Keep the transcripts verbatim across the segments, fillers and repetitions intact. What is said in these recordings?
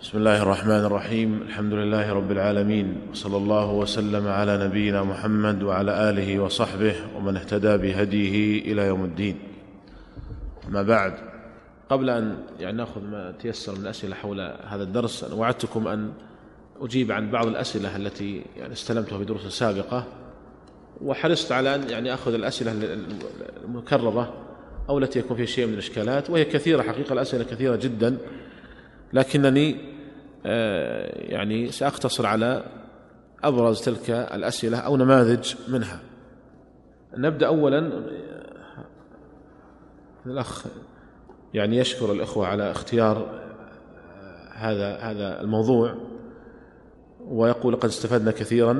بسم الله الرحمن الرحيم. الحمد لله رب العالمين، وصلى الله وسلم على نبينا محمد وعلى آله وصحبه ومن اهتدى بهديه إلى يوم الدين. ما بعد، قبل أن يعني نأخذ ما تيسر من الأسئلة حول هذا الدرس، أنا وعدتكم أن أجيب عن بعض الأسئلة التي يعني استلمتها في دروس سابقة، وحرصت على أن يعني أخذ الأسئلة المكررة أو التي يكون فيها شيء من الإشكالات، وهي كثيرة حقيقة، الأسئلة كثيرة جدا، لكنني يعني سأقتصر على أبرز تلك الأسئلة أو نماذج منها. نبدأ أولا. الأخ يعني يشكر الإخوة على اختيار هذا هذا الموضوع، ويقول لقد استفدنا كثيرا،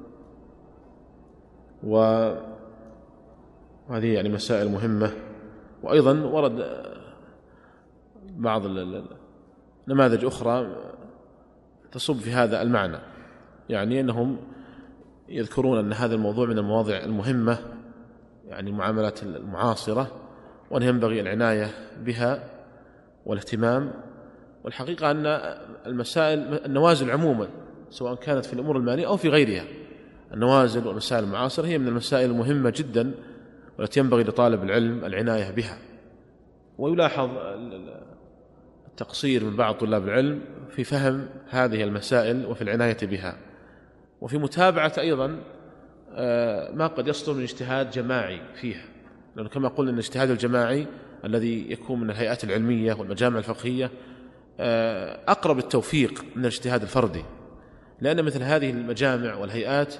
وهذه يعني مسائل مهمة. وأيضا ورد بعض نماذج أخرى تصب في هذا المعنى، يعني أنهم يذكرون أن هذا الموضوع من المواضيع المهمة، يعني المعاملات المعاصرة، وأن ينبغي العناية بها والاهتمام. والحقيقة أن المسائل النوازل عموما، سواء كانت في الأمور المالية أو في غيرها، النوازل والمسائل المعاصرة هي من المسائل المهمة جدا، والتي ينبغي لطالب العلم العناية بها. ويلاحظ التقصير من بعض طلاب العلم في فهم هذه المسائل وفي العناية بها، وفي متابعة أيضا ما قد يصدر من اجتهاد جماعي فيها، لأنه كما قلنا أن الاجتهاد الجماعي الذي يكون من الهيئات العلمية والمجامع الفقهية أقرب التوفيق من الاجتهاد الفردي، لأن مثل هذه المجامع والهيئات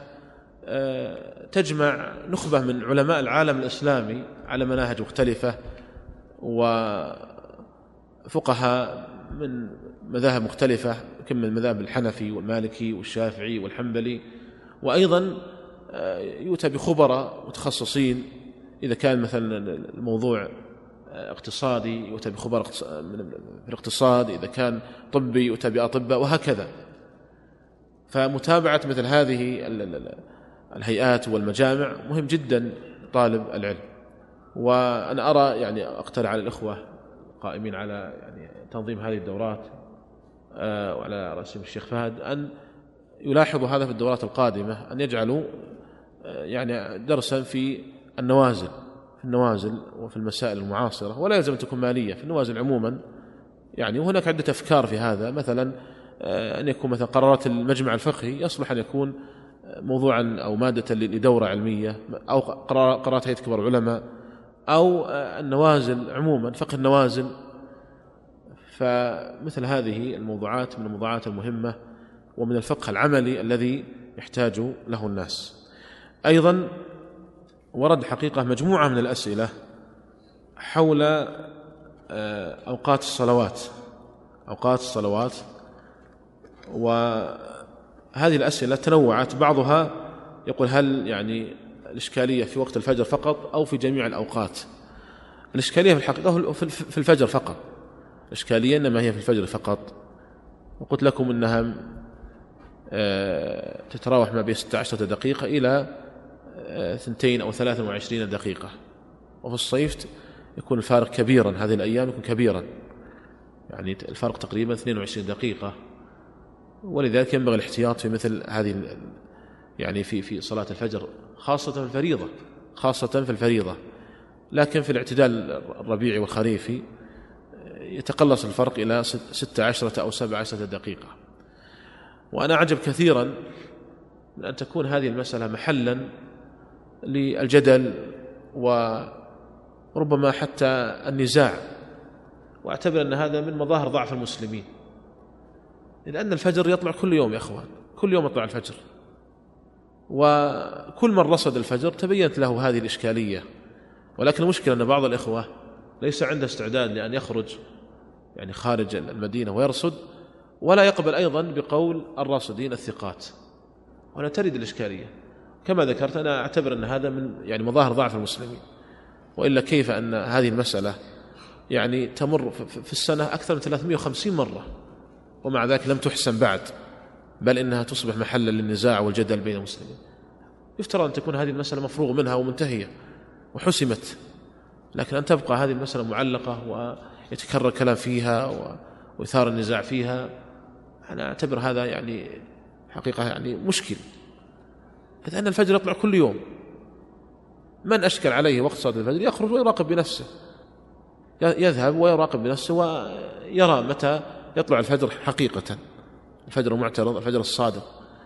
تجمع نخبة من علماء العالم الإسلامي على مناهج مختلفة، وفقهاء من مذاهب مختلفة، كم المذاهب الحنفي والمالكي والشافعي والحنبلي، وأيضا يؤتى بخبراء متخصصين إذا كان مثلا الموضوع اقتصادي يؤتى بخبراء في الاقتصاد، إذا كان طبي يؤتى بأطباء، وهكذا. فمتابعة مثل هذه الهيئات والمجامع مهم جدا طالب العلم. وأنا أرى يعني أقترح على الإخوة قائمين على يعني تنظيم هذه الدورات وعلى رأسهم الشيخ فهد أن يلاحظوا هذا في الدورات القادمة، أن يجعلوا يعني درسا في النوازل في النوازل وفي المسائل المعاصرة، ولا يلزم أن تكون مالية، في النوازل عموما يعني. وهناك عدة أفكار في هذا، مثلا أن يكون مثلا قرارات المجمع الفقهي يصلح أن يكون موضوعا أو مادة لدورة علمية، أو قرارات هيئة كبار العلماء، أو النوازل عموما، فقه النوازل. فمثل هذه الموضوعات من الموضوعات المهمة ومن الفقه العملي الذي يحتاج له الناس. أيضا ورد حقيقة مجموعة من الأسئلة حول أوقات الصلوات أوقات الصلوات وهذه الأسئلة تنوعت. بعضها يقول هل يعني الإشكالية في وقت الفجر فقط أو في جميع الأوقات؟ الإشكالية في الحقيقة في الفجر فقط، الإشكالية إنما هي في الفجر فقط. وقلت لكم إنها تتراوح ما بين ستة عشر دقيقة إلى اثنتين أو ثلاثة وعشرين دقيقة، وفي الصيف يكون الفارق كبيرا، هذه الأيام يكون كبيرا، يعني الفارق تقريبا اثنين وعشرين دقيقة. ولذلك ينبغي الاحتياط في مثل هذه يعني في في صلاة الفجر، خاصة في الفريضة خاصة في الفريضة لكن في الاعتدال الربيعي والخريفي يتقلص الفرق إلى ستة عشرة أو سبع عشرة دقيقة. وأنا أعجب كثيرا من أن تكون هذه المسألة محلا للجدل وربما حتى النزاع، وأعتبر أن هذا من مظاهر ضعف المسلمين، لأن الفجر يطلع كل يوم يا أخوان، كل يوم يطلع الفجر، وكل من رصد الفجر تبينت له هذه الإشكالية. ولكن المشكلة أن بعض الإخوة ليس عنده استعداد لأن يخرج يعني خارج المدينة ويرصد، ولا يقبل أيضا بقول الراصدين الثقات، ولا ترد الإشكالية. كما ذكرت أنا أعتبر أن هذا من يعني مظاهر ضعف المسلمين، وإلا كيف أن هذه المسألة يعني تمر في السنة أكثر من ثلاثمائة وخمسين مرة ومع ذلك لم تحسن بعد، بل إنها تصبح محلا للنزاع والجدل بين المسلمين. يفترض أن تكون هذه المسألة مفروغ منها ومنتهية وحسمت، لكن أن تبقى هذه المسألة معلقة ويتكرر الكلام فيها ويثار النزاع فيها، أنا أعتبر هذا يعني حقيقة يعني مشكل، لأن الفجر يطلع كل يوم. من أشكل عليه وقت صلاة الفجر يخرج ويراقب بنفسه، يذهب ويراقب بنفسه ويرى متى يطلع الفجر حقيقة، الفجر المعترض، الفجر الصادق.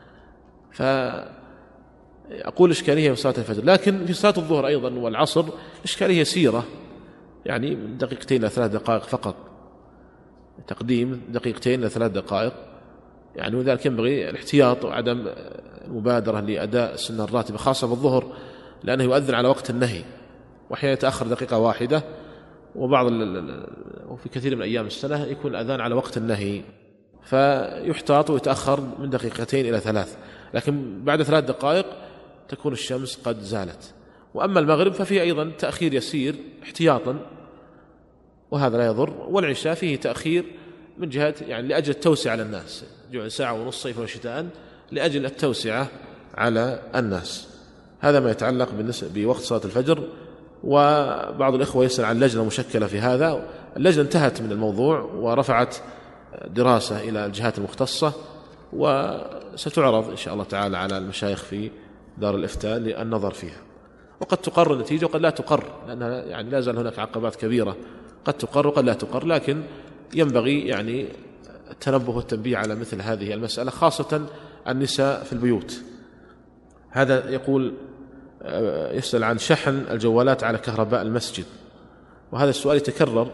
فأقول إشكالية في صلاة الفجر. لكن في صلاة الظهر أيضا والعصر إشكالية يسيرة، يعني من دقيقتين إلى ثلاث دقائق فقط، تقديم دقيقتين إلى ثلاث دقائق يعني. وذلك ينبغي الاحتياط وعدم المبادرة لأداء السنة الراتبة خاصة في الظهر، لأنه يؤذن على وقت النهي، وأحيانا يتأخر دقيقة واحدة، وبعض وفي كثير من أيام السنة يكون الأذان على وقت النهي، فيحتاط ويتأخر من دقيقتين إلى ثلاث، لكن بعد ثلاث دقائق تكون الشمس قد زالت. وأما المغرب ففيه أيضا تأخير يسير احتياطا، وهذا لا يضر. والعشاء فيه تأخير من جهة يعني لأجل التوسعة على الناس، جعل ساعة ونص صيفا وشتاء لأجل التوسعة على الناس. هذا ما يتعلق بوقت صلاة الفجر. وبعض الإخوة يسأل عن لجنة مشكلة في هذا. اللجنة انتهت من الموضوع ورفعت دراسة إلى الجهات المختصة، وستعرض إن شاء الله تعالى على المشايخ في دار الإفتاء للنظر فيها. وقد تقر النتيجة وقد لا تقر، لأنها يعني لا زال هناك عقبات كبيرة، قد تقر وقد لا تقر. لكن ينبغي يعني التنبه والتنبيه على مثل هذه المسألة، خاصة النساء في البيوت. هذا يقول يسأل عن شحن الجوالات على كهرباء المسجد، وهذا السؤال يتكرر.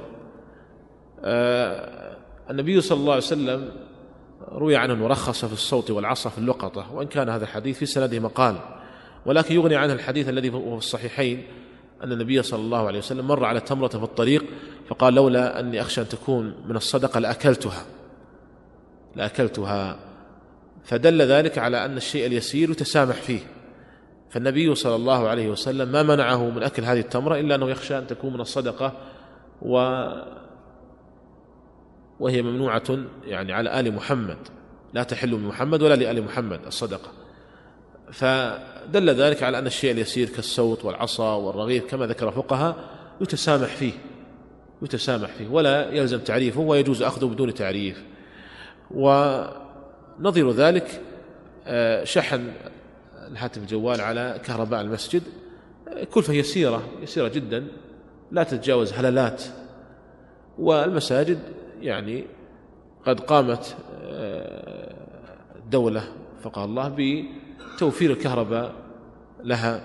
النبي صلى الله عليه وسلم روي عنه أنه رخص في الصوت والعصا في اللقطة، وإن كان هذا الحديث في سنده مقال، ولكن يغني عنه الحديث الذي هو في الصحيحين أن النبي صلى الله عليه وسلم مر على تمرة في الطريق فقال لولا أني أخشى أن تكون من الصدقة لأكلتها لأكلتها فدل ذلك على أن الشيء اليسير يتسامح فيه. فالنبي صلى الله عليه وسلم ما منعه من أكل هذه التمرة إلا أنه يخشى أن تكون من الصدقة، و وهي ممنوعة يعني على آل محمد، لا تحل من محمد ولا لآل محمد الصدقة. فدل ذلك على أن الشيء اليسير كالصوت والعصا والرغيف كما ذكر فقهاء يتسامح فيه يتسامح فيه ولا يلزم تعريفه، ويجوز أخذه بدون تعريف. ونظير ذلك شحن الهاتف الجوال على كهرباء المسجد، كلفة يسيرة يسيرة جدا لا تتجاوز هلالات. والمساجد يعني قد قامت الدولة فقه الله بتوفير الكهرباء لها،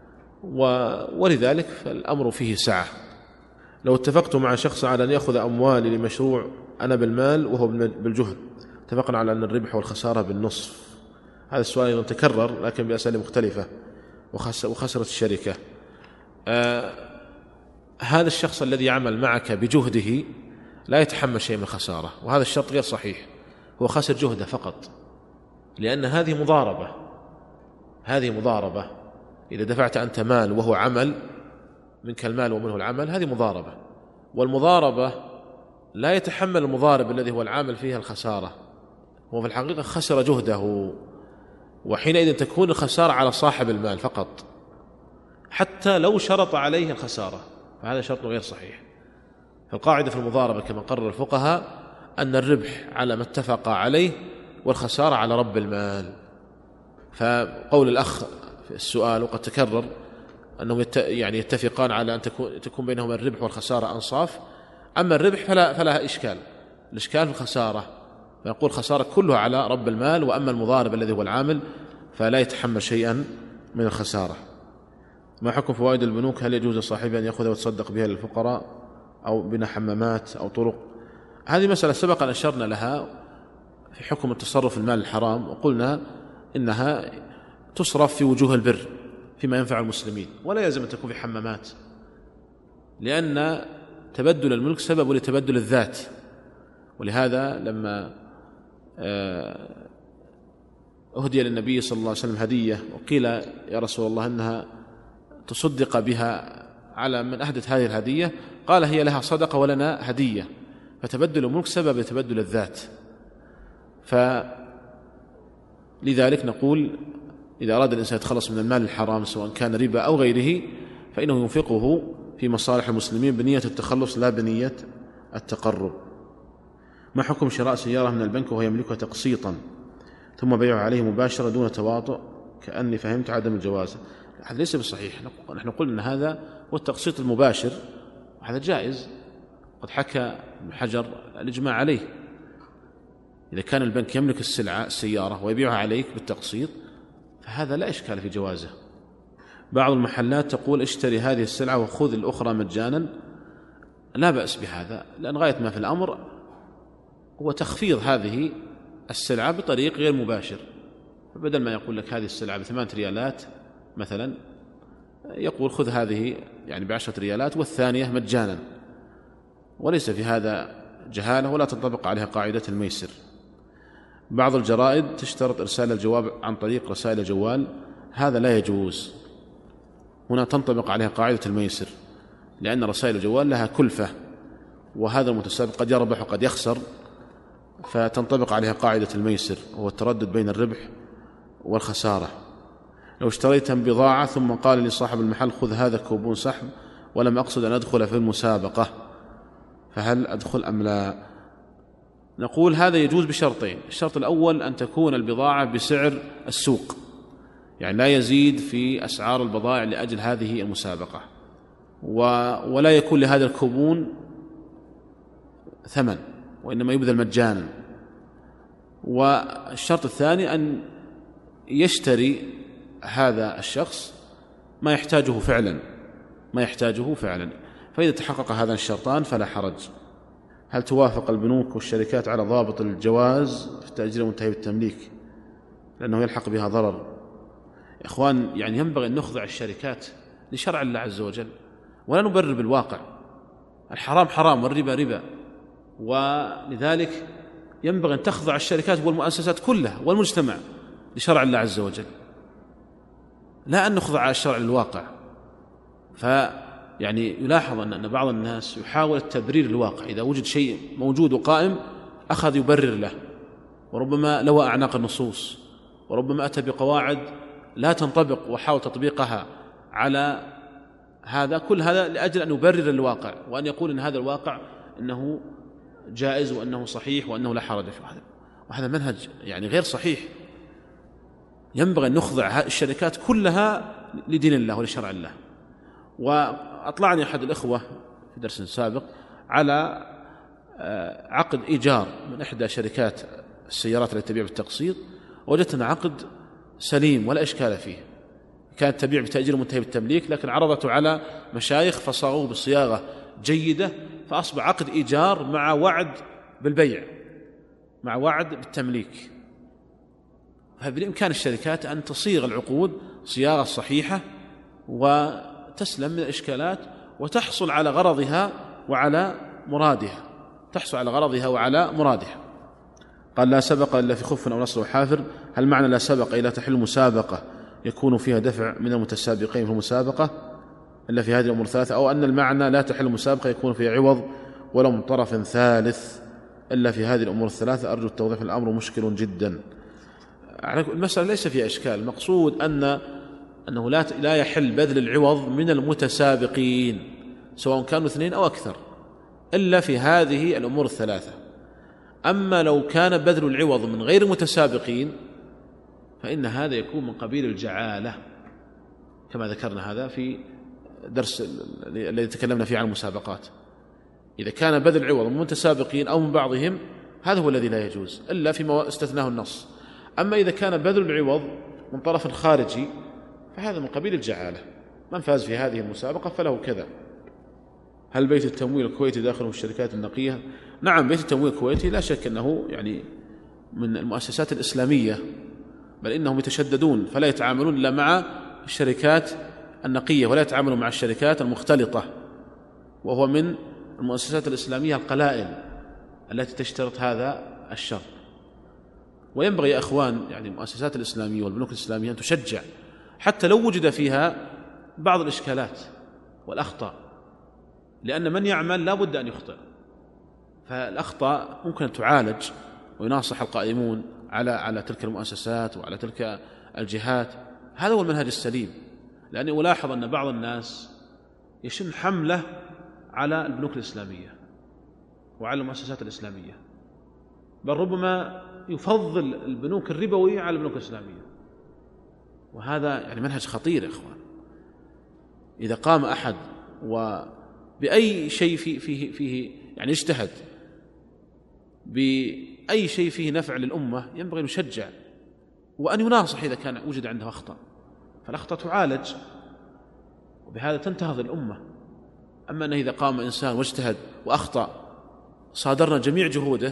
ولذلك فالأمر فيه سعة. لو اتفقت مع شخص على أن يأخذ أموالي لمشروع أنا بالمال وهو بالجهد، اتفقنا على أن الربح والخسارة بالنصف. هذا السؤال أيضا تكرر لكن بأسئلة مختلفة، وخسرت الشركة. آه هذا الشخص الذي يعمل معك بجهده لا يتحمل شيء من الخسارة، وهذا الشرط غير صحيح، هو خسر جهده فقط، لأن هذه مضاربة هذه مضاربة إذا دفعت أنت مال وهو عمل، منك المال ومنه العمل، هذه مضاربة. والمضاربة لا يتحمل المضارب الذي هو العامل فيها الخسارة، هو في الحقيقة خسر جهده، وحينئذ تكون الخسارة على صاحب المال فقط حتى لو شرط عليه الخسارة، فهذا شرط غير صحيح. فالقاعدة في المضاربة كما قرر الفقهاء أن الربح على ما اتفق عليه والخسارة على رب المال. فقول الأخ في السؤال وقد تكرر أنهم يعني يتفقان على أن تكون, تكون بينهما الربح والخسارة أنصاف. أما الربح فلا فلها إشكال، الإشكال في الخسارة، فنقول خسارة كلها على رب المال. وأما المضارب الذي هو العامل فلا يتحمل شيئا من الخسارة. ما حكم فوائد البنوك؟ هل يجوز لصاحبها أن يأخذها وتصدق بها للفقراء أو بناء حمامات أو طرق؟ هذه مسألة سبق أن أشرنا لها في حكم التصرف في المال الحرام، وقلنا إنها تصرف في وجوه البر فيما ينفع المسلمين، ولا يلزم أن تكون في حمامات، لأن تبدل الملك سبب لتبدل الذات. ولهذا لما أهدي للنبي صلى الله عليه وسلم هدية وقيل يا رسول الله أنها تصدق بها على من أهدت هذه الهدية، قال هي لها صدقة ولنا هدية. فتبدل الملك سبب لتبدل الذات. فلذلك نقول إذا أراد الإنسان يتخلص من المال الحرام سواء كان ربا أو غيره فإنه ينفقه في مصالح المسلمين بنية التخلص لا بنية التقرب. ما حكم شراء سيارة من البنك وهو يملكها تقسيطا ثم بيعها عليه مباشرة دون تواطؤ؟ كأني فهمت عدم الجواز. هذا ليس بصحيح. نحن قلنا أن هذا هو التقسيط المباشر وهذا جائز. قد حكى ابن حجر الإجماع عليه. إذا كان البنك يملك السلعة السيارة ويبيعها عليك بالتقسيط فهذا لا إشكال في جوازه. بعض المحلات تقول اشتري هذه السلعة وخذ الأخرى مجانا. لا بأس بهذا، لأن غاية ما في الأمر هو تخفيض هذه السلعة بطريق غير مباشر. فبدل ما يقول لك هذه السلعة بثمانية ريالات مثلا، يقول خذ هذه يعني بعشرة ريالات والثانية مجانا، وليس في هذا جهالة ولا تنطبق عليها قاعدة الميسر. بعض الجرائد تشترط إرسال الجواب عن طريق رسائل الجوال، هذا لا يجوز. هنا تنطبق عليها قاعدة الميسر، لأن رسائل الجوال لها كلفة، وهذا المتسابق قد يربح وقد يخسر، فتنطبق عليها قاعدة الميسر وهو التردد بين الربح والخسارة. لو اشتريت بضاعة ثم قال لي صاحب المحل خذ هذا كوبون سحب ولم أقصد أن أدخل في المسابقة، فهل أدخل أم لا؟ نقول هذا يجوز بشرطين. الشرط الأول أن تكون البضاعة بسعر السوق، يعني لا يزيد في أسعار البضائع لأجل هذه المسابقة، ولا يكون لهذا الكوبون ثمن وإنما يبذل مجانا. والشرط الثاني أن يشتري هذا الشخص ما يحتاجه فعلا ما يحتاجه فعلا فإذا تحقق هذا الشرطان فلا حرج. هل توافق البنوك والشركات على ضابط الجواز في التأجير المنتهي بالتمليك لأنه يلحق بها ضرر؟ يا إخوان، يعني ينبغي أن نخضع الشركات لشرع الله عز وجل ولا نبرر بالواقع. الحرام حرام والربا ربا، ولذلك ينبغي أن تخضع الشركات والمؤسسات كلها والمجتمع لشرع الله عز وجل، لا أن نخضع على الشرع للواقع. فيعني يلاحظ أن بعض الناس يحاول التبرير الواقع، إذا وجد شيء موجود وقائم أخذ يبرر له، وربما لوى أعناق النصوص، وربما أتى بقواعد لا تنطبق وحاول تطبيقها على هذا. كل هذا لأجل أن يبرر الواقع وأن يقول إن هذا الواقع إنه جائز وأنه صحيح وأنه لا حرج في هذا، وهذا منهج يعني غير صحيح. ينبغي أن نخضع الشركات كلها لدين الله ولشرع الله. وأطلعني أحد الإخوة في درس سابق على عقد إيجار من إحدى شركات السيارات التي تبيع بالتقسيط، وجدتنا عقد سليم ولا إشكال فيه، كانت تبيع بتأجير منتهي بالتمليك، لكن عرضته على مشايخ فصاغوه بصياغة جيدة، فأصبح عقد إيجار مع وعد بالبيع مع وعد بالتمليك. فبالإمكان الشركات أن تصيغ العقود صياغة صحيحة وتسلم من الإشكالات وتحصل على غرضها وعلى مرادها تحصل على غرضها وعلى مرادها. قال لا سبق إلا في خف أو نصر وحافر، هل معنى لا سبق إلا تحل مسابقة يكون فيها دفع من المتسابقين في المسابقة إلا في هذه الأمور الثلاثة، أو أن المعنى لا تحل مسابقة يكون فيها عوض ولو من طرف ثالث إلا في هذه الأمور الثلاثة؟ أرجو التوضيح، الأمر مشكل جدا. المسألة ليس فيها إشكال، المقصود أن أنه لا لا يحل بذل العوض من المتسابقين سواء كانوا اثنين أو أكثر إلا في هذه الأمور الثلاثة. أما لو كان بذل العوض من غير المتسابقين فإن هذا يكون من قبيل الجعالة، كما ذكرنا هذا في درس الذي تكلمنا فيه عن المسابقات. إذا كان بذل العوض من المتسابقين أو من بعضهم هذا هو الذي لا يجوز إلا فيما استثناه النص. أما إذا كان بذل العوض من طرف خارجي فهذا من قبيل الجعالة، من فاز في هذه المسابقة فله كذا. هل بيت التمويل الكويتي داخله الشركات النقية؟ نعم، بيت التمويل الكويتي لا شك أنه يعني من المؤسسات الإسلامية، بل إنهم يتشددون فلا يتعاملون إلا مع الشركات النقية ولا يتعاملون مع الشركات المختلطة، وهو من المؤسسات الإسلامية القلائل التي تشترط هذا الشرط. وينبغي يا أخوان يعني المؤسسات الإسلامية والبنوك الإسلامية أن تشجع حتى لو وجد فيها بعض الإشكالات والأخطاء، لأن من يعمل لا بد أن يخطئ، فالأخطاء ممكن أن تعالج ويناصح القائمون على على تلك المؤسسات وعلى تلك الجهات. هذا هو المنهج السليم. لأني ألاحظ أن بعض الناس يشن حملة على البنوك الإسلامية وعلى المؤسسات الإسلامية بل ربما يفضل البنوك الربوية على البنوك الإسلامية، وهذا يعني منهج خطير يا إخوان. إذا قام أحد وبأي شيء فيه, فيه, فيه يعني اجتهد بأي شيء فيه نفع للأمة ينبغي أن يشجع وأن يناصح إذا كان وجد عنده أخطاء، فالأخطاء تعالج وبهذا تنتهض الأمة. أما أنه إذا قام إنسان واجتهد وأخطأ صادرنا جميع جهوده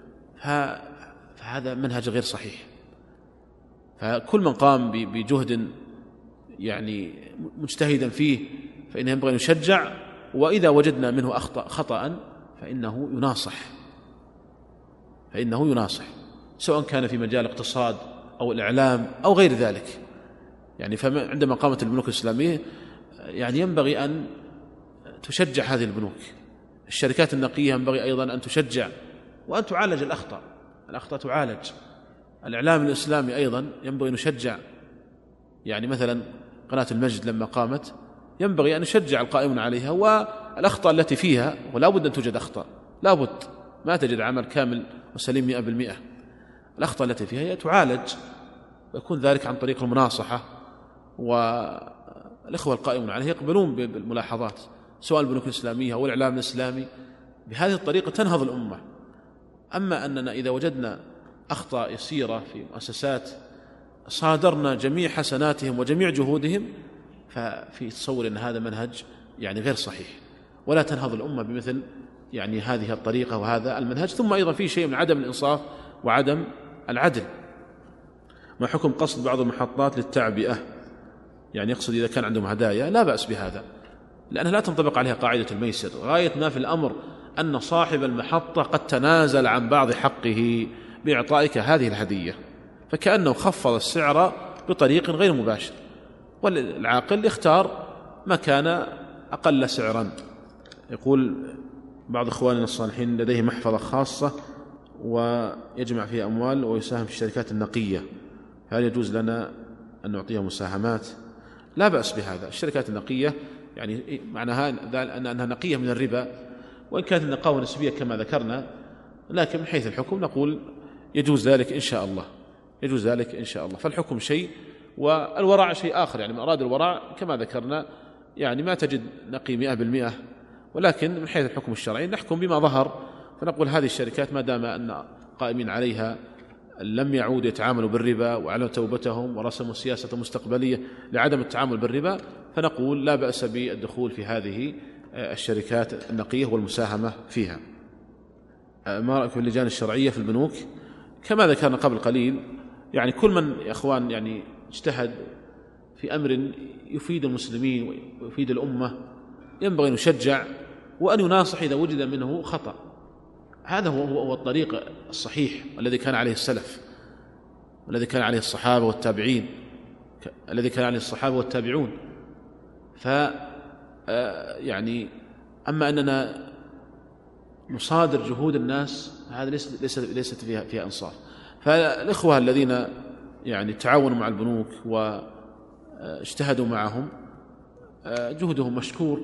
فهذا منهج غير صحيح. فكل من قام بجهد يعني مجتهدا فيه فإنه ينبغي أن يشجع، وإذا وجدنا منه أخطأ خطأ فإنه يناصح فإنه يناصح سواء كان في مجال الاقتصاد أو الإعلام أو غير ذلك. يعني فعندما قامت البنوك الإسلامية يعني ينبغي أن تشجع هذه البنوك. الشركات النقية ينبغي أيضا أن تشجع وأن تعالج الأخطاء، الأخطاء تعالج. الإعلام الإسلامي أيضا ينبغي أن نشجع، يعني مثلا قناة المجد لما قامت ينبغي أن نشجع القائمون عليها والأخطاء التي فيها، ولا بد أن توجد أخطاء، لا بد، ما تجد عمل كامل وسليم مئة بالمئة. الأخطاء التي فيها هي تعالج، ويكون ذلك عن طريق المناصحة، والإخوة القائمون عليها يقبلون بالملاحظات سواء البنوك الإسلامية أو الإعلام الإسلامي. بهذه الطريقة تنهض الأمة. أما أننا إذا وجدنا أخطاء يسيرة في مؤسسات صادرنا جميع حسناتهم وجميع جهودهم، ففي تصور أن هذا منهج يعني غير صحيح، ولا تنهض الأمة بمثل يعني هذه الطريقة وهذا المنهج. ثم أيضا في شيء من عدم الإنصاف وعدم العدل. ما حكم قصد بعض المحطات للتعبئة؟ يعني يقصد إذا كان عندهم هدايا لا بأس بهذا، لأنها لا تنطبق عليها قاعدة الميسر. غاية ما في الأمر أن صاحب المحطة قد تنازل عن بعض حقه بإعطائك هذه الهدية، فكأنه خفض السعر بطريق غير مباشر، والعاقل يختار ما كان أقل سعرا. يقول بعض إخواننا الصالحين لديه محفظة خاصة ويجمع فيها أموال ويساهم في الشركات النقية، هل يجوز لنا أن نعطيها مساهمات؟ لا بأس بهذا. الشركات النقية يعني معناها أنها نقية من الربا، وإن كانت النقاوة نسبية كما ذكرنا، لكن من حيث الحكم نقول يجوز ذلك إن شاء الله، يجوز ذلك إن شاء الله. فالحكم شيء والورع شيء آخر. يعني من أراد الورع كما ذكرنا يعني ما تجد نقي مئة بالمئة، ولكن من حيث الحكم الشرعي نحكم بما ظهر، فنقول هذه الشركات ما دام أن قائمين عليها لم يعودوا يتعاملوا بالربا وأعلنوا توبتهم ورسموا سياسة مستقبلية لعدم التعامل بالربا، فنقول لا بأس بالدخول في هذه الشركات النقية والمساهمة فيها. ما رأيكم في اللجان الشرعية في البنوك؟ كما ذكرنا قبل قليل، يعني كل من يا أخوان يعني اجتهد في أمر يفيد المسلمين ويفيد الأمة ينبغي أن يشجع وأن يناصح إذا وجد منه خطأ. هذا هو هو الطريق الصحيح الذي كان عليه السلف، والذي كان عليه الصحابة والتابعين، الذي كان عليه الصحابة والتابعون. ف يعني أما أننا نصادر جهود الناس هذا ليست ليست فيها فيها إنصاف. فالإخوة الذين يعني تعاونوا مع البنوك واجتهدوا معهم جهدهم مشكور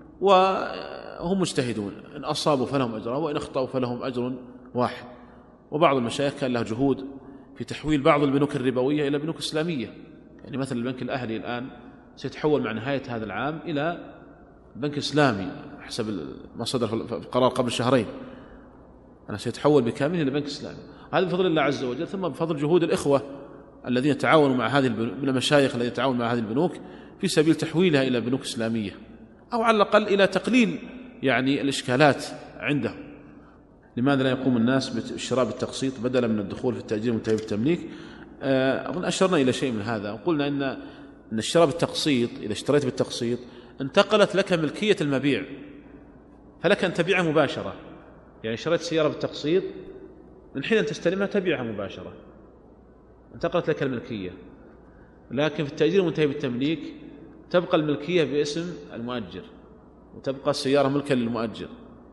وهم مجتهدون، إن أصابوا فلهم أجر وإن أخطأوا فلهم أجر واحد. وبعض المشايخ كان له جهود في تحويل بعض البنوك الربوية إلى بنوك إسلامية. يعني مثل البنك الأهلي الآن سيتحول مع نهاية هذا العام إلى بنك إسلامي حسب ما صدر في القرار قبل شهرين، أنا سيتحول بكامله إلى بنك إسلامي. هذا بفضل الله عز وجل، ثم بفضل جهود الإخوة الذين تعاونوا مع هذه من المشايخ الذين تعاونوا مع هذه البنوك في سبيل تحويلها إلى بنوك إسلامية، أو على الأقل إلى تقليل يعني الإشكالات عندهم. لماذا لا يقوم الناس بالشراء بالتقسيط بدلا من الدخول في التأجير والتهيئة والتمليك؟ أظن أشرنا إلى شيء من هذا، وقلنا إن أن الشراء بالتقسيط إذا اشتريت بالتقسيط انتقلت لك ملكية المبيع، فلك أن تبيعها مباشرة. يعني شريت سيارة بالتقسيط من حين أن تستلمها تبيعها مباشرة، انتقلت لك الملكية. لكن في التأجير والتهيئة بالتمليك تبقى الملكية باسم المؤجر، وتبقى السيارة ملكا للمؤجر،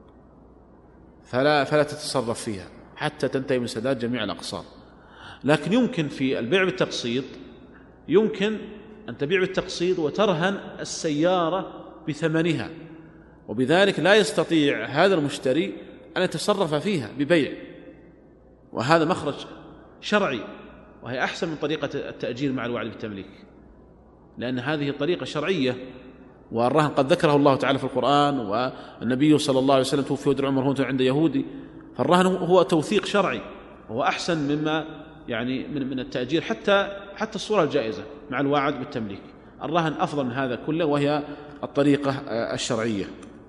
فلا فلا تتصرف فيها حتى تنتهي من سداد جميع الأقساط. لكن يمكن في البيع بالتقسيط يمكن أن تبيع بالتقسيط وترهن السيارة بثمنها، وبذلك لا يستطيع هذا المشتري أن يتصرف فيها ببيع، وهذا مخرج شرعي، وهي أحسن من طريقة التأجير مع الوعد بالتمليك، لأن هذه طريقة شرعية، والرهن قد ذكره الله تعالى في القرآن، والنبي صلى الله عليه وسلم توفي ودرع مرهون عند يهودي، فالرهن هو توثيق شرعي، وهو أحسن مما يعني من من التأجير، حتى حتى الصورة الجائزة مع الوعد بالتمليك. الرهن أفضل من هذا كله، وهي الطريقة الشرعية.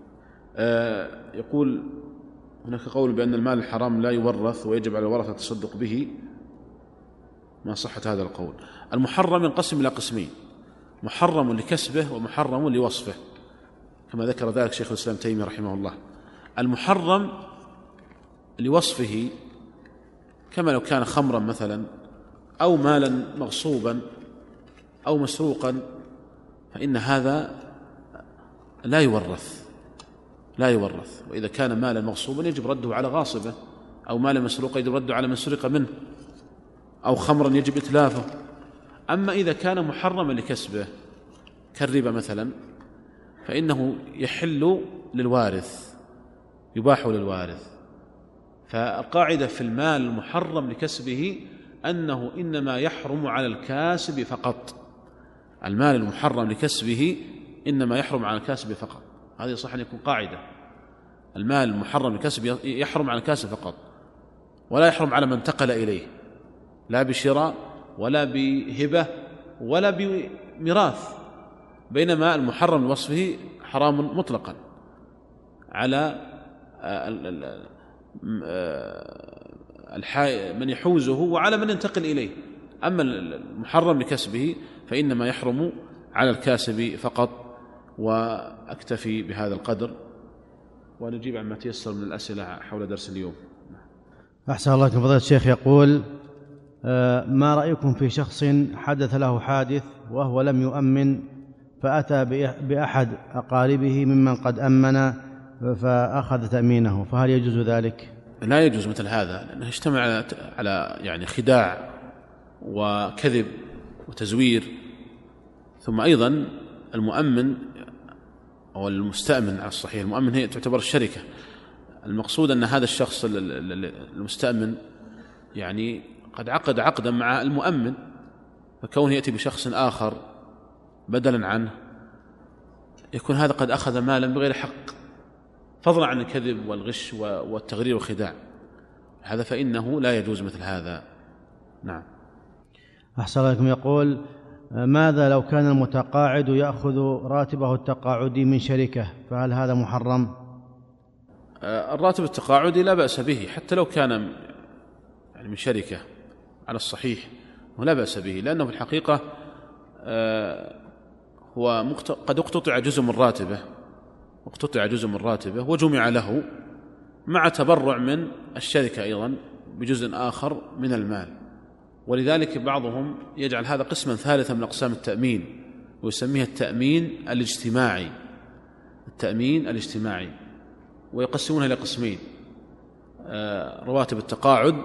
يقول هناك قول بأن المال الحرام لا يورث ويجب على الورثة التصدق به، ما صحة هذا القول؟ المحرم ينقسم إلى قسمين: محرم لكسبه ومحرم لوصفه، كما ذكر ذلك شيخ الإسلام تيمية رحمه الله. المحرم لوصفه كما لو كان خمرا مثلا، أو مالا مغصوبا أو مسروقا، فإن هذا لا يورث لا يورث وإذا كان مالا مغصوبا يجب رده على غاصبه، أو مالا مسروقا يجب رده على من سرق منه، أو خمرا يجب إتلافه. أما إذا كان محرما لكسبه كالربا مثلا، فإنه يحل للوارث، يباح للوارث. فالقاعدة في المال المحرم لكسبه أنه إنما يحرم على الكاسب فقط. المال المحرم لكسبه إنما يحرم على الكاسب فقط، هذه صح أن يكون قاعدة. المال المحرم لكسبه يحرم على الكاسب فقط، ولا يحرم على من انتقل إليه، لا بشراء ولا بهبة ولا بميراث، بينما المحرم لوصفه حرام مطلقا على من يحوزه وعلى من ينتقل إليه. أما المحرم لكسبه فإنما يحرم على الكاسب فقط. وأكتفي بهذا القدر، ونجيب عما تيسر من الأسئلة حول درس اليوم. أحسن الله إليكم فضيلة الشيخ. يقول: ما رأيكم في شخص حدث له حادث وهو لم يؤمن، فأتى بأحد أقاربه ممن قد أمن فأخذ تأمينه، فهل يجوز ذلك؟ لا يجوز مثل هذا، لأنه اجتمع على يعني خداع وكذب وتزوير. ثم أيضا المؤمن أو المستأمن على الصحيح، المؤمن هي تعتبر الشركة. المقصود أن هذا الشخص المستأمن يعني قد عقد عقدا مع المؤمن، فكونه يأتي بشخص آخر بدلا عنه يكون هذا قد أخذ مالا بغير حق، فضلا عن الكذب والغش والتغرير والخداع. هذا فإنه لا يجوز مثل هذا. نعم. أحسن الله إليكم. يقول: ماذا لو كان المتقاعد يأخذ راتبه التقاعدي من شركة، فهل هذا محرم؟ الراتب التقاعدي لا بأس به، حتى لو كان يعني من شركة على الصحيح ولا بأس به، لأنه في الحقيقة هو قد اقتطع جزء من راتبه اقتطع جزء من راتبه وجمع له مع تبرع من الشركة أيضا بجزء آخر من المال. ولذلك بعضهم يجعل هذا قسما ثالثا من أقسام التأمين، ويسميها التأمين الاجتماعي التأمين الاجتماعي ويقسمونها إلى قسمين: رواتب التقاعد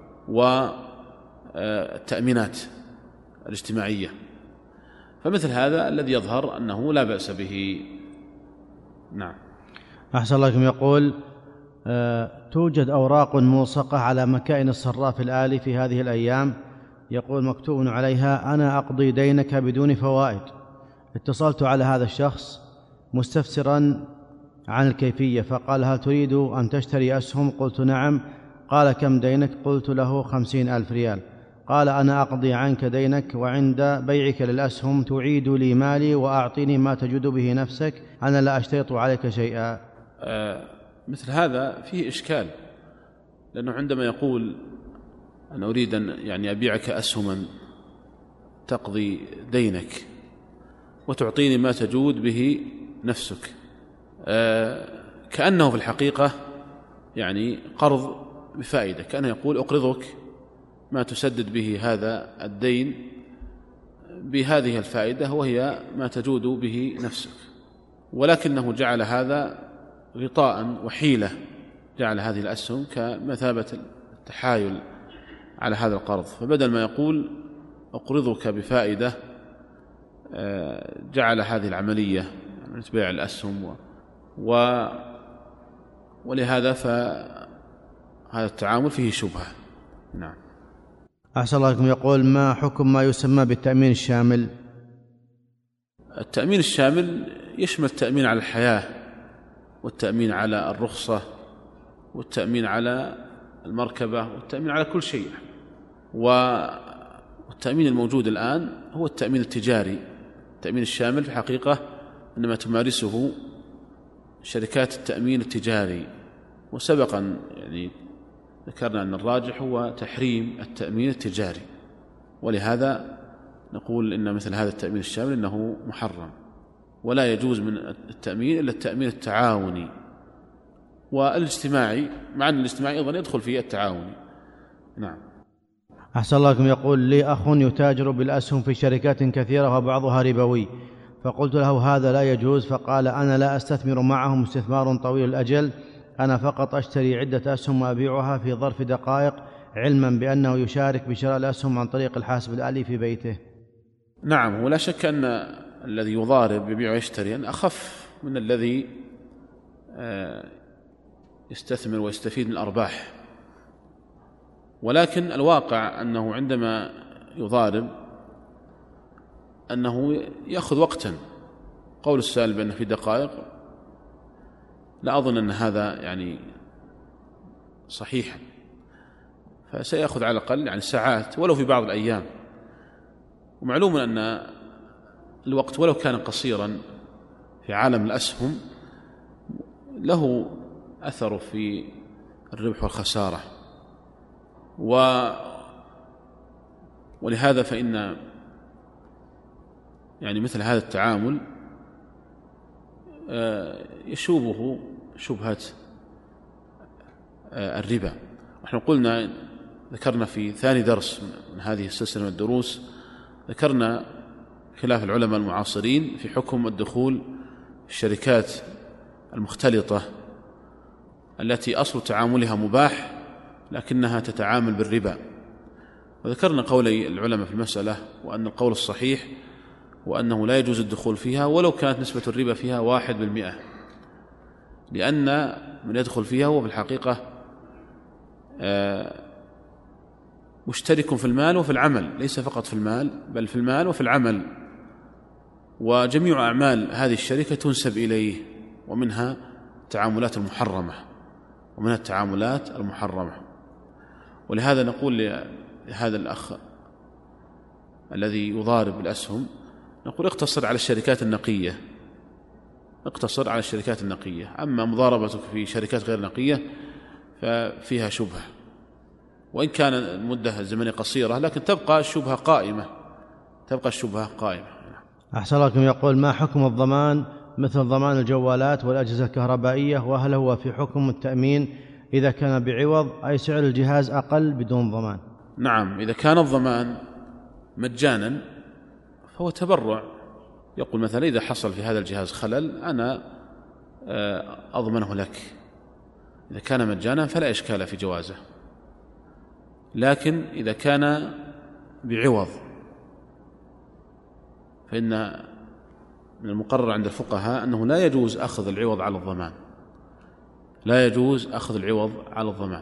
والتأمينات الاجتماعية. فمثل هذا الذي يظهر أنه لا بأس به. نعم. أحسن الله إليكم. يقول: أه توجد أوراق ملصقة على مكائن الصراف الآلي في هذه الأيام، يقول مكتوب عليها: أنا أقضي دينك بدون فوائد. اتصلت على هذا الشخص مستفسرا عن الكيفية، فقال: هل تريد أن تشتري أسهم؟ قلت: نعم. قال: كم دينك؟ قلت له: خمسين ألف ريال. قال: أنا أقضي عنك دينك، وعند بيعك للأسهم تعيد لي مالي وأعطيني ما تجد به نفسك، أنا لا أشترط عليك شيئا. آه مثل هذا فيه إشكال، لأنه عندما يقول أنا أريد أن يعني أبيعك أسهما تقضي دينك وتعطيني ما تجود به نفسك، آه كأنه في الحقيقة يعني قرض بفائدة، كأنه يقول أقرضك ما تسدد به هذا الدين بهذه الفائدة وهي ما تجود به نفسك، ولكنه جعل هذا غطاء وحيلة، جعل هذه الأسهم كمثابة التحايل على هذا القرض. فبدل ما يقول أقرضك بفائدة جعل هذه العملية من بيع الأسهم، و ولهذا فهذا التعامل فيه شبهة. نعم. أحسن الله عليكم. يقول ما حكم ما يسمى بالتأمين الشامل؟ التأمين الشامل يشمل التأمين على الحياة، والتأمين على الرخصة، والتأمين على المركبة، والتأمين على كل شيء. والتأمين الموجود الآن هو التأمين التجاري. التأمين الشامل في الحقيقة إنما تمارسه شركات التأمين التجاري، وسبقا يعني ذكرنا أن الراجح هو تحريم التأمين التجاري، ولهذا نقول إن مثل هذا التأمين الشامل إنه محرم، ولا يجوز من التأمين إلا التأمين التعاوني والاجتماعي، مع أن الاجتماعي أيضا يدخل فيه التعاوني. نعم. أحسن الله عليكم. يقول لي أخ يتاجر بالأسهم في شركات كثيرة وبعضها ربوي، فقلت له هذا لا يجوز، فقال أنا لا أستثمر معهم استثمار طويل الأجل، أنا فقط أشتري عدة أسهم وأبيعها في ظرف دقائق، علما بأنه يشارك بشراء الأسهم عن طريق الحاسب الآلي في بيته. نعم، ولا شك أن الذي يضارب يبيع ويشتري أن أخف من الذي يستثمر ويستفيد من الأرباح، ولكن الواقع أنه عندما يضارب أنه يأخذ وقتا. قول السائل بأنه في دقائق لا أظن أن هذا يعني صحيحا، فسيأخذ على الأقل يعني ساعات ولو في بعض الأيام. ومعلوم أن الوقت ولو كان قصيرا في عالم الأسهم له أثر في الربح والخسارة، و ولهذا فإن يعني مثل هذا التعامل يشوبه شبهة الربا. نحن قلنا ذكرنا في ثاني درس من هذه السلسلة من الدروس، ذكرنا خلاف العلماء المعاصرين في حكم الدخول في الشركات المختلطة التي أصل تعاملها مباح لكنها تتعامل بالربا، وذكرنا قولي العلماء في المسألة، وأن القول الصحيح وأنه لا يجوز الدخول فيها ولو كانت نسبة الربا فيها واحد بالمئة، لأن من يدخل فيها هو في الحقيقة مشترك في المال وفي العمل، ليس فقط في المال بل في المال وفي العمل، وجميع أعمال هذه الشركة تنسب إليه، ومنها التعاملات المحرمة ومنها التعاملات المحرمة. ولهذا نقول لهذا الأخ الذي يضارب الأسهم، نقول اقتصر على الشركات النقية، اقتصر على الشركات النقية، أما مضاربتك في شركات غير نقية ففيها شبهة، وإن كان المدة الزمنية قصيرة لكن تبقى الشبهة قائمة، تبقى الشبهة قائمة. أحسن لكم. يقول ما حكم الضمان مثل ضمان الجوالات والأجهزة الكهربائية، وهل هو في حكم التأمين إذا كان بعوض أي سعر الجهاز أقل بدون ضمان؟ نعم، إذا كان الضمان مجانا فهو تبرع، يقول مثلا إذا حصل في هذا الجهاز خلل أنا أضمنه لك، إذا كان مجانا فلا إشكال في جوازه. لكن إذا كان بعوض فإن من المقرر عند الفقهاء أنه لا يجوز أخذ العوض على الضمان، لا يجوز أخذ العوض على الضمان.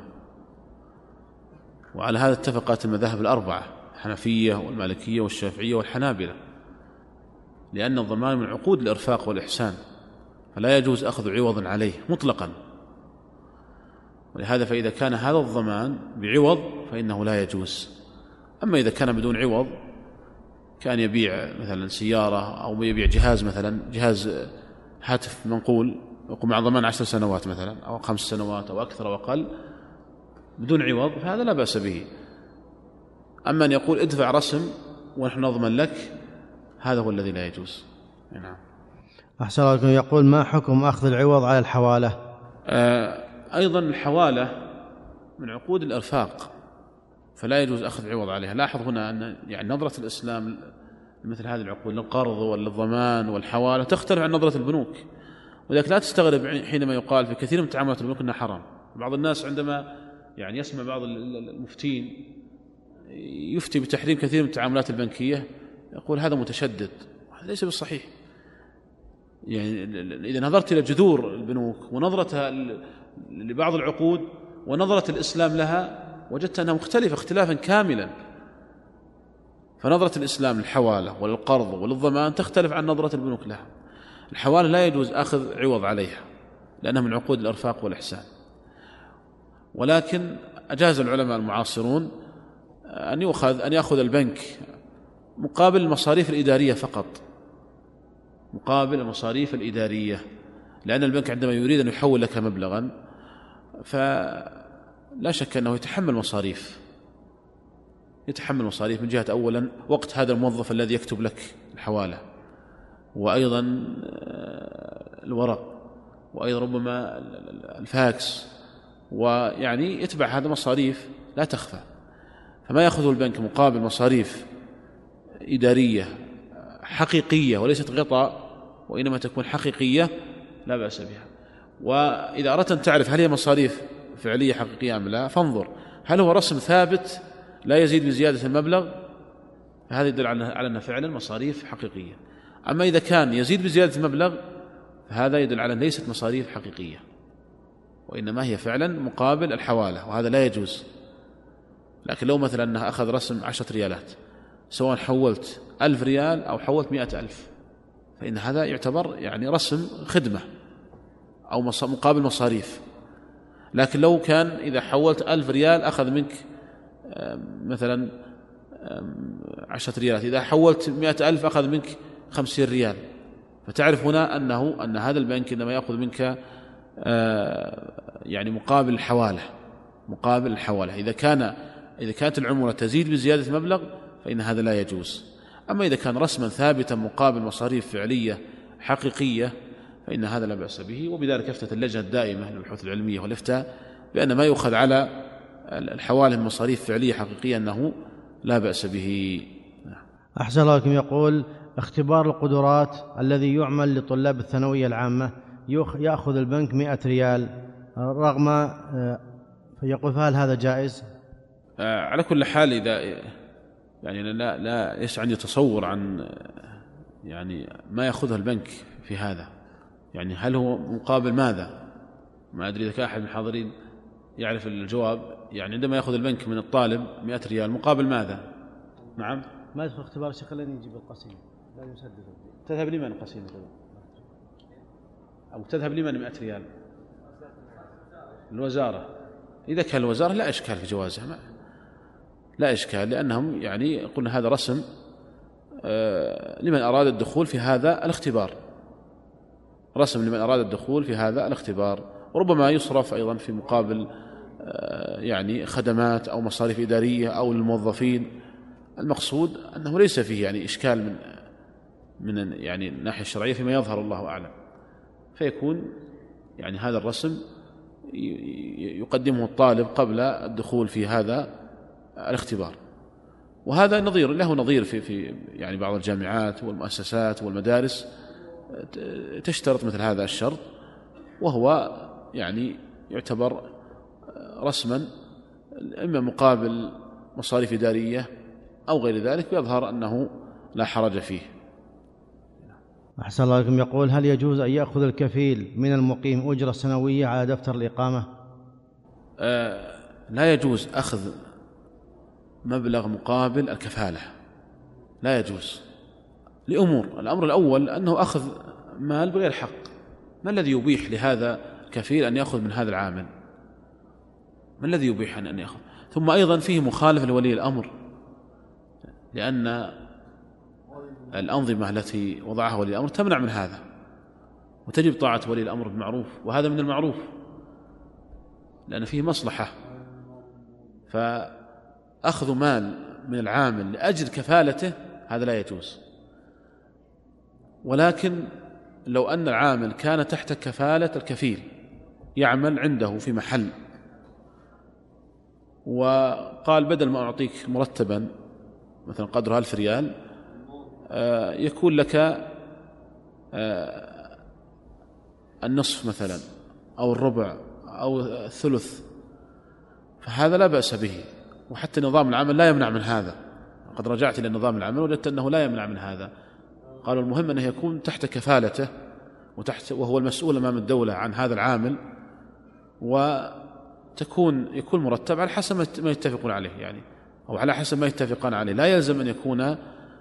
وعلى هذا اتفقت المذاهب الأربعة، الحنفية والمالكية والشافعية والحنابلة، لأن الضمان من عقود الإرفاق والإحسان، فلا يجوز أخذ عوض عليه مطلقا. ولهذا فإذا كان هذا الضمان بعوض فإنه لا يجوز. أما إذا كان بدون عوض، كان يبيع مثلا سيارة أو يبيع جهاز، مثلا جهاز هاتف منقول يقوم مع ضمان عشر سنوات مثلا أو خمس سنوات أو أكثر أو أقل بدون عوض، فهذا لا بأس به. أما أن يقول ادفع رسم ونحن نضمن لك، هذا هو الذي لا يجوز. نعم. أحسن الله. يقول ما حكم أخذ العوض على الحوالة؟ آه أيضا الحوالة من عقود الإرفاق، فلا يجوز أخذ عوض عليها. لاحظ هنا أن يعني نظرة الإسلام مثل هذه العقود للقرض والضمان والحوالة تختلف عن نظرة البنوك، ولذلك لا تستغرب حينما يقال في كثير من تعاملات البنوك أنها حرام. بعض الناس عندما يعني يسمع بعض المفتين يفتي بتحريم كثير من التعاملات البنكية يقول هذا متشدد، هذا ليس بالصحيح. يعني إذا نظرت إلى جذور البنوك ونظرتها لبعض العقود ونظرة الإسلام لها وجدت أنها مختلفة اختلافا كاملا. فنظرة الإسلام للحوالة وللقرض وللضمان تختلف عن نظرة البنوك لها. الحوالة لا يجوز أخذ عوض عليها لأنها من عقود الإرفاق والإحسان، ولكن أجاز العلماء المعاصرون أن يأخذ أن يأخذ البنك مقابل المصاريف الإدارية فقط، مقابل المصاريف الإدارية، لأن البنك عندما يريد أن يحول لك مبلغا فلا شك أنه يتحمل مصاريف يتحمل مصاريف من جهة أولا وقت هذا الموظف الذي يكتب لك الحوالة، وأيضا الورق، وأيضا ربما الفاكس، ويعني يتبع هذا مصاريف لا تخفى. فما يأخذه البنك مقابل مصاريف إدارية حقيقية وليست غطاء وإنما تكون حقيقية لا بأس بها. وإذا أردت أن تعرف هل هي مصاريف فعلية حقيقية أم لا فانظر هل هو رسم ثابت لا يزيد بزيادة المبلغ، فهذا يدل على أنها فعلا مصاريف حقيقية. أما إذا كان يزيد بزيادة المبلغ فهذا يدل على أن ليست مصاريف حقيقية وإنما هي فعلا مقابل الحوالة، وهذا لا يجوز. لكن لو مثلا أنها أخذ رسم عشرة ريالات سواء حولت ألف ريال أو حولت مئة ألف فإن هذا يعتبر يعني رسم خدمة أو مقابل مصاريف. لكن لو كان إذا حولت ألف ريال أخذ منك مثلا عشرة ريالات، إذا حولت مئة ألف أخذ منك خمسين ريال، فتعرف هنا أنه أن هذا البنك إنما يأخذ منك يعني مقابل الحوالة مقابل الحوالة إذا كان إذا كانت العمولة تزيد بزيادة المبلغ فإن هذا لا يجوز. أما إذا كان رسما ثابتا مقابل مصاريف فعلية حقيقية فإن هذا لا بأس به. وبذلك افتت اللجنة الدائمة للبحوث العلمية والإفتاء بأن ما يؤخذ على الحوالة من مصاريف فعلية حقيقية أنه لا بأس به. أحسن الله لكم. يقول اختبار القدرات الذي يعمل لطلاب الثانوية العامة يأخذ البنك مئة ريال رغم يقول فهل هذا جائز؟ على كل حال إذا يعني لا لا ليس عندي تصور عن يعني ما يأخذه البنك في هذا، يعني هل هو مقابل ماذا؟ ما أدري إذا كان أحد من الحاضرين يعرف الجواب. يعني عندما يأخذ البنك من الطالب مئة ريال مقابل ماذا؟ نعم ما يدخل اختبار الشيخ لن يجيب القسيمة لا يسدد. تذهب لمن القسيمة أو تذهب لمن مئة ريال؟ الوزارة. إذا كان الوزارة لا إشكال في جوازها، ما لا إشكال، لأنهم يعني قلنا هذا رسم لمن أراد الدخول في هذا الاختبار، رسم لمن أراد الدخول في هذا الاختبار، وربما يصرف أيضا في مقابل يعني خدمات أو مصاريف إدارية أو للموظفين. المقصود أنه ليس فيه يعني إشكال من من يعني الناحية الشرعية فيما يظهر الله أعلم، فيكون يعني هذا الرسم يقدمه الطالب قبل الدخول في هذا الاختبار. وهذا نظير له نظير في في يعني بعض الجامعات والمؤسسات والمدارس تشترط مثل هذا الشرط، وهو يعني يعتبر رسما إما مقابل مصاريف إدارية أو غير ذلك، ويظهر أنه لا حرج فيه. أحسن الله لكم. يقول هل يجوز أن يأخذ الكفيل من المقيم أجرة سنوية على دفتر الإقامة؟ آه لا يجوز أخذ مبلغ مقابل الكفالة، لا يجوز لأمور. الأمر الأول أنه أخذ مال بغير حق. ما الذي يبيح لهذا الكفيل أن يأخذ من هذا العامل؟ ما الذي يبيح أن يأخذ؟ ثم أيضا فيه مخالفة لولي الأمر، لأن الأنظمة التي وضعها ولي الأمر تمنع من هذا، وتجب طاعة ولي الأمر بالمعروف، وهذا من المعروف لأن فيه مصلحة. فأخذ مال من العامل لأجل كفالته هذا لا يجوز. ولكن لو أن العامل كان تحت كفالة الكفيل يعمل عنده في محل وقال بدل ما أعطيك مرتبا مثلا قدره ألف ريال يكون لك النصف مثلا أو الربع أو الثلث، فهذا لا بأس به. وحتى نظام العمل لا يمنع من هذا. قد رجعت إلى نظام العمل وجدت أنه لا يمنع من هذا. قالوا المهم أنه يكون تحت كفالته وتحت وهو المسؤول أمام الدولة عن هذا العامل، تكون يكون مرتب على حسب ما يتفقون عليه، يعني أو على حسب ما يتفقان عليه، لا يلزم أن يكون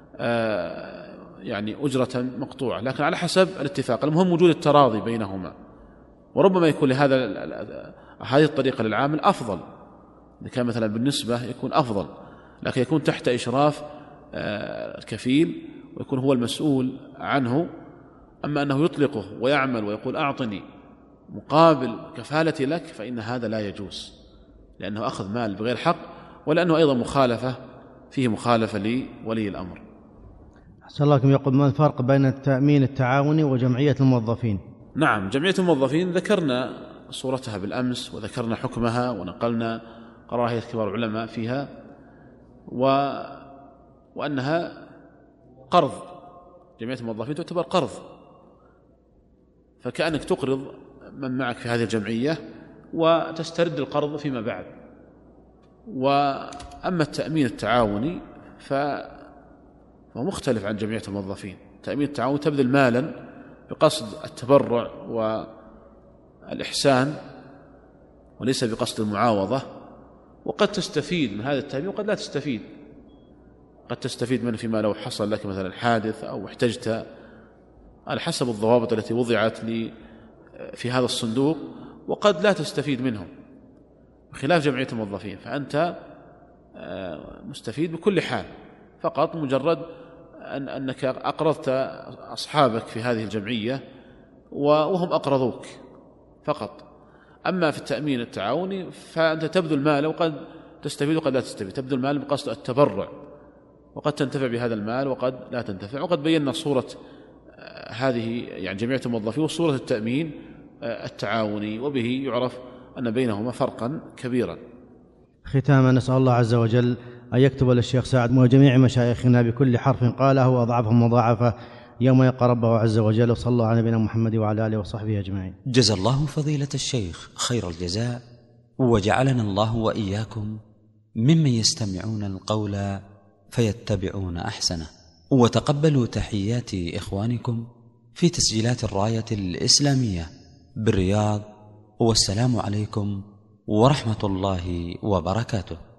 يعني أجرة مقطوعة، لكن على حسب الاتفاق. المهم وجود التراضي بينهما، وربما يكون لهذا هذه الطريقة للعامل أفضل، إذا كان مثلا بالنسبة يكون أفضل، لكن يكون تحت إشراف الكفيل ويكون هو المسؤول عنه. أما أنه يطلقه ويعمل ويقول أعطني مقابل كفالتي لك، فإن هذا لا يجوز، لأنه أخذ مال بغير حق، ولأنه أيضا مخالفة فيه مخالفة لولي الأمر. أحسن الله إليكم. يقول ما الفرق بين التأمين التعاوني وجمعية الموظفين؟ نعم، جمعية الموظفين ذكرنا صورتها بالأمس وذكرنا حكمها ونقلنا قرار هيئة كبار العلماء فيها، و... وأنها قرض. جمعية الموظفين تعتبر قرض، فكأنك تقرض من معك في هذه الجمعية وتسترد القرض فيما بعد. وأما التأمين التعاوني فهو مختلف عن جمعية الموظفين. التأمين التعاوني تبذل مالا بقصد التبرع والإحسان وليس بقصد المعاوضة، وقد تستفيد من هذا التأمين وقد لا تستفيد. قد تستفيد منه فيما لو حصل لك مثلا حادث أو احتجت، على حسب الضوابط التي وضعت لي في هذا الصندوق، وقد لا تستفيد منه، بخلاف جمعية الموظفين فأنت مستفيد بكل حال، فقط مجرد أن أنك أقرضت أصحابك في هذه الجمعية وهم أقرضوك فقط. أما في التأمين التعاوني فأنت تبذل المال وقد تستفيد وقد لا تستفيد، تبذل المال بقصد التبرع وقد تنتفع بهذا المال وقد لا تنتفع. وقد بينا صورة هذه يعني جمعية الموظفين وصورة التأمين التعاوني، وبه يعرف أن بينهما فرقا كبيرا. ختاما نسأل الله عز وجل أن يكتب للشيخ سعد وجميع مشايخنا بكل حرف قاله وأضعافهم مضاعفة يوم يلقى ربه عز وجل. وصلى الله على نبينا محمد وعلى آله وصحبه أجمعين. جزا الله فضيلة الشيخ خير الجزاء، وجعلنا الله وإياكم ممن يستمعون القول فيتبعون أحسنه. وتقبلوا تحيات إخوانكم في تسجيلات الراية الإسلامية بالرياض، والسلام عليكم ورحمة الله وبركاته.